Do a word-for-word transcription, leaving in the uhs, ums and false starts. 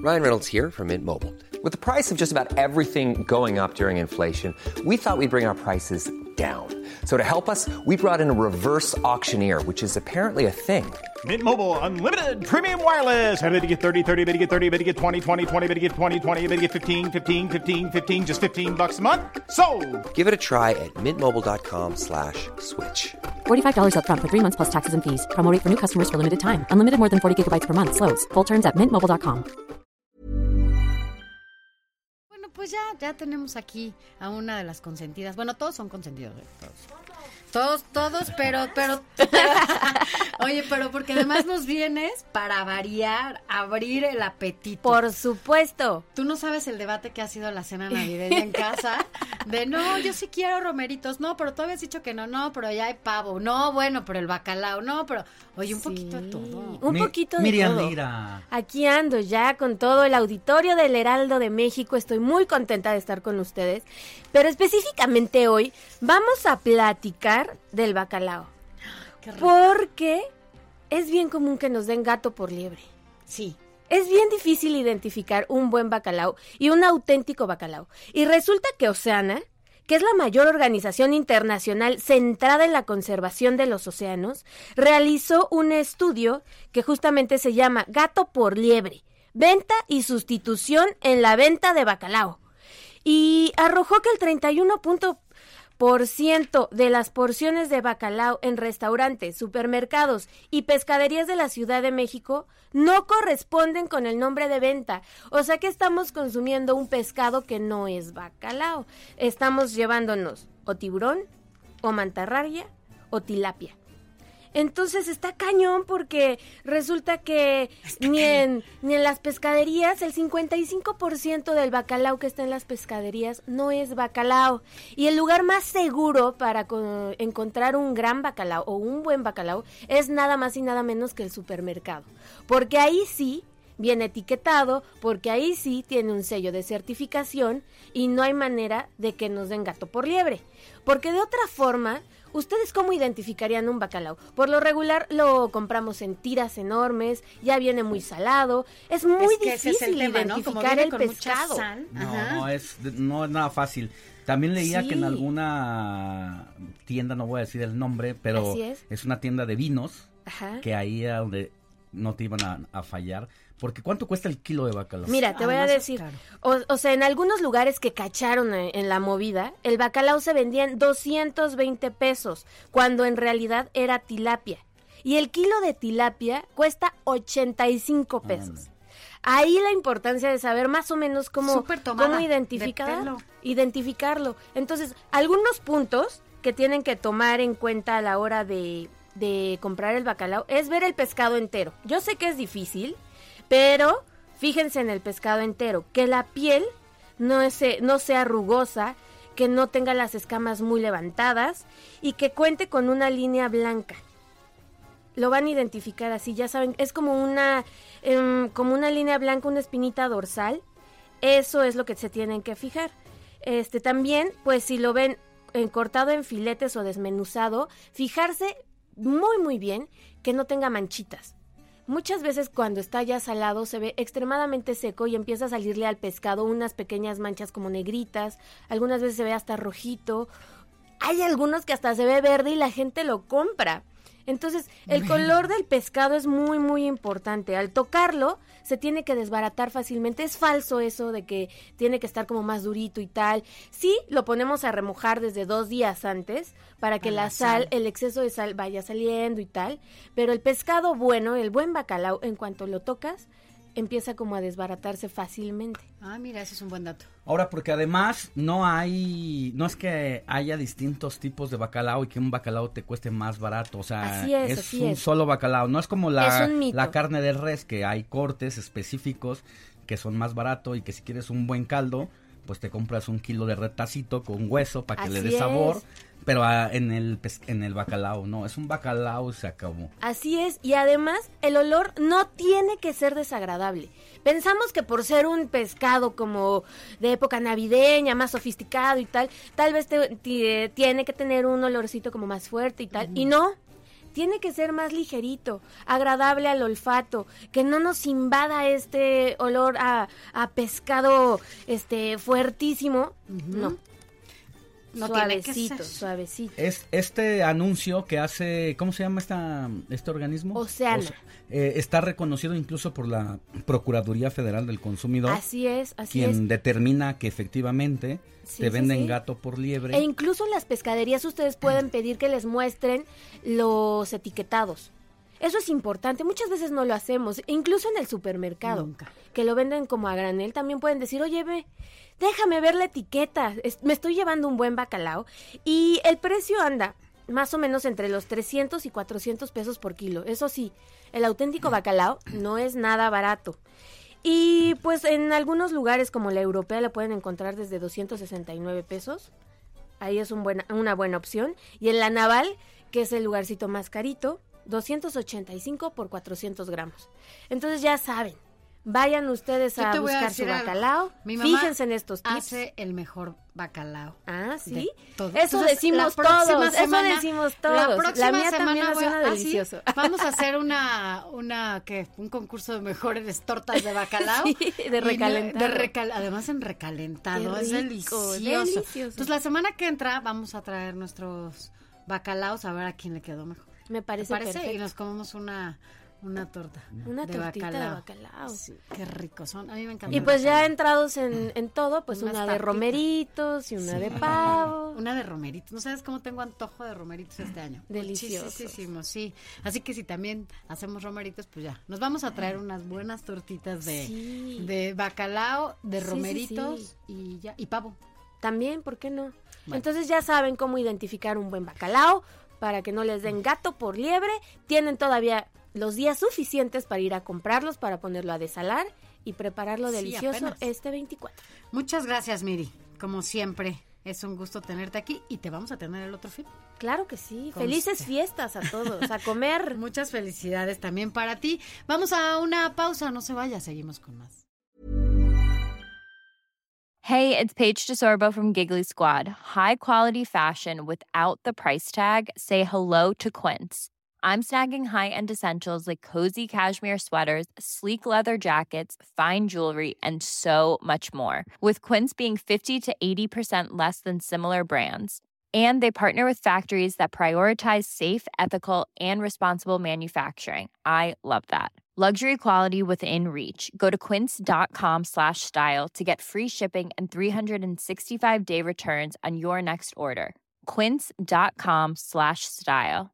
Ryan Reynolds here from Mint Mobile. With the price of just about everything going up during inflation, we thought we'd bring our prices down. So to help us, we brought in a reverse auctioneer, which is apparently a thing. Mint Mobile Unlimited Premium Wireless. How to get thirty, thirty, how to get thirty, how to get twenty, twenty, twenty, how to get twenty, twenty, how to get fifteen, fifteen, fifteen, fifteen, just fifteen bucks a month? Sold! Give it a try at mintmobile.com slash switch. forty-five dollars up front for three months plus taxes and fees. Promo rate for new customers for limited time. Unlimited more than forty gigabytes per month. Slows full terms at mint mobile dot com. Bueno, pues ya, ya tenemos aquí a una de las consentidas. Bueno, todos son consentidos, ¿eh? Todos. Todos, todos, pero, pero, oye, pero porque además nos vienes para variar, abrir el apetito. Por supuesto. Tú no sabes el debate que ha sido la cena navideña en casa, de no, yo sí quiero romeritos, no, pero tú habías dicho que no, no, pero ya hay pavo, no, bueno, pero el bacalao, no, pero, oye, un Sí, poquito de todo. Un Mi- poquito de Miriam todo. Lira. Aquí ando ya con todo el auditorio del Heraldo de México. Estoy muy contenta de estar con ustedes. Pero específicamente hoy vamos a platicar del bacalao. Qué rico. Porque es bien común que nos den gato por liebre. Sí. Es bien difícil identificar un buen bacalao y un auténtico bacalao. Y resulta que Oceana, que es la mayor organización internacional centrada en la conservación de los océanos, realizó un estudio que justamente se llama Gato por Liebre, venta y sustitución en la venta de bacalao. Y arrojó que el treinta y uno por ciento de las porciones de bacalao en restaurantes, supermercados y pescaderías de la Ciudad de México no corresponden con el nombre de venta. O sea que estamos consumiendo un pescado que no es bacalao. Estamos llevándonos o tiburón, o mantarraya, o tilapia. Entonces está cañón porque resulta que ni en, ni en las pescaderías el cincuenta y cinco por ciento del bacalao que está en las pescaderías no es bacalao. Y el lugar más seguro para co- encontrar un gran bacalao o un buen bacalao es nada más y nada menos que el supermercado. Porque ahí sí viene etiquetado, porque ahí sí tiene un sello de certificación y no hay manera de que nos den gato por liebre. Porque de otra forma, ¿ustedes cómo identificarían un bacalao? Por lo regular lo compramos en tiras enormes, ya viene muy salado, es muy Es que ese difícil es el tema, ¿no? Como identificar viene el con mucha pescado. sal. No, Ajá. no es, no es nada fácil. También leía Sí. que en alguna tienda, no voy a decir el nombre, pero Así es. una tienda de vinos, Ajá. que ahí era donde no te iban a, a fallar. Porque ¿cuánto cuesta el kilo de bacalao? Mira, te voy a Además es decir, caro. o, o sea, en algunos lugares que cacharon en, en la movida, el bacalao se vendía en doscientos veinte pesos, cuando en realidad era tilapia. Y el kilo de tilapia cuesta ochenta y cinco pesos. Ahí la importancia de saber más o menos cómo, Súper tomada, cómo de identificar, pelo. identificarlo. Entonces, algunos puntos que tienen que tomar en cuenta a la hora de, de comprar el bacalao es ver el pescado entero. Yo sé que es difícil, pero fíjense en el pescado entero, que la piel no, se, no sea rugosa, que no tenga las escamas muy levantadas y que cuente con una línea blanca. Lo van a identificar así, ya saben, es como una, em, como una línea blanca, una espinita dorsal. Eso es lo que se tienen que fijar. Este también, pues si lo ven en cortado en filetes o desmenuzado, fijarse muy muy bien que no tenga manchitas. Muchas veces cuando está ya salado se ve extremadamente seco y empieza a salirle al pescado unas pequeñas manchas como negritas, algunas veces se ve hasta rojito, hay algunos que hasta se ve verde y la gente lo compra. Entonces, el color del pescado es muy, muy importante. Al tocarlo, se tiene que desbaratar fácilmente. Es falso eso de que tiene que estar como más durito y tal. Sí, lo ponemos a remojar desde dos días antes para que A la la sal, sal. el exceso de sal vaya saliendo y tal. Pero el pescado bueno, el buen bacalao, en cuanto lo tocas, empieza como a desbaratarse fácilmente. Ah, mira, ese es un buen dato. Ahora, porque además no hay, no es que haya distintos tipos de bacalao y que un bacalao te cueste más barato, o sea, Así es, así un es. solo bacalao, no es como la, Es un mito. la carne de res, que hay cortes específicos que son más baratos y que si quieres un buen caldo, pues te compras un kilo de retacito con hueso para que le Así dé sabor, es. pero ah, en el pes- en el bacalao no, es un bacalao y se acabó. Así es, y además el olor no tiene que ser desagradable. Pensamos que por ser un pescado como de época navideña, más sofisticado y tal, tal vez te- te- tiene que tener un olorcito como más fuerte y tal, y no. tiene que ser más ligerito, agradable al olfato, que no nos invada este olor a, a pescado este fuertísimo. Uh-huh. No. No suavecito, tiene que ser. suavecito. Es este anuncio que hace, ¿cómo se llama esta, este organismo? Oceana. Oce- eh, está reconocido incluso por la Procuraduría Federal del Consumidor. Así es, así quien es. determina que efectivamente Sí, te sí, venden sí. gato por liebre. E incluso en las pescaderías ustedes pueden pedir que les muestren los etiquetados. Eso es importante, muchas veces no lo hacemos, incluso en el supermercado, Nunca. que lo venden como a granel, también pueden decir, oye, ve, déjame ver la etiqueta, es- me estoy llevando un buen bacalao, y el precio anda más o menos entre los trescientos y cuatrocientos pesos por kilo. Eso sí, el auténtico bacalao no es nada barato. Y pues en algunos lugares como la europea la pueden encontrar desde doscientos sesenta y nueve pesos. Ahí es un buena, una buena opción. Y en la Naval, que es el lugarcito más carito, doscientos ochenta y cinco por cuatrocientos gramos. Entonces ya saben, vayan ustedes Yo a te voy a buscar su decir algo. bacalao. Mi mamá Fíjense en estos tips. hace el mejor bacalao. Ah, ¿sí? de todo. Eso Entonces, decimos la próxima todos, semana- eso decimos La todos. próxima mía semana también voy suena a- ah, ¿sí? delicioso. Vamos a hacer una, una, ¿qué? Un concurso de mejores tortas de bacalao. Sí, de Y no- recalentado. de recal- además en recalentado, Qué es rico, delicioso. delicioso. Entonces la semana que entra vamos a traer nuestros bacalaos a ver a quién le quedó mejor. Me ¿Te parece, parece? perfecto. Y nos comemos una, una torta. Una de tortita bacalao. de bacalao. Sí, qué ricos son. A mí me encanta. Y el pues ya bacalao. entrados en, en todo, pues Unas una de papitas. romeritos y una de pavo. Una de romeritos. No sabes cómo tengo antojo de romeritos este año. Deliciosos. Muchísimo, sí. Así que si también hacemos romeritos, pues ya. Nos vamos a traer unas buenas tortitas de, Sí. de bacalao, de Sí, sí, romeritos sí. y ya. Y pavo. También, ¿por qué no? Bueno. Entonces ya saben cómo identificar un buen bacalao para que no les den gato por liebre. Tienen todavía los días suficientes para ir a comprarlos, para ponerlo a desalar y prepararlo Sí, delicioso apenas. este veinticuatro. Muchas gracias, Miri. Como siempre, es un gusto tenerte aquí y te vamos a tener el otro fin. Claro que sí. Conste. Felices fiestas a todos. A comer. Muchas felicidades también para ti. Vamos a una pausa, no se vaya, seguimos con más. Hey, it's Paige DeSorbo from Giggly Squad. High quality fashion without the price tag. Say hello to Quince. I'm snagging high-end essentials like cozy cashmere sweaters, sleek leather jackets, fine jewelry, and so much more. With Quince being fifty to eighty percent less than similar brands. And they partner with factories that prioritize safe, ethical, and responsible manufacturing. I love that. Luxury quality within reach. Go to quince.com slash style to get free shipping and three sixty-five day returns on your next order. Quince.com slash style.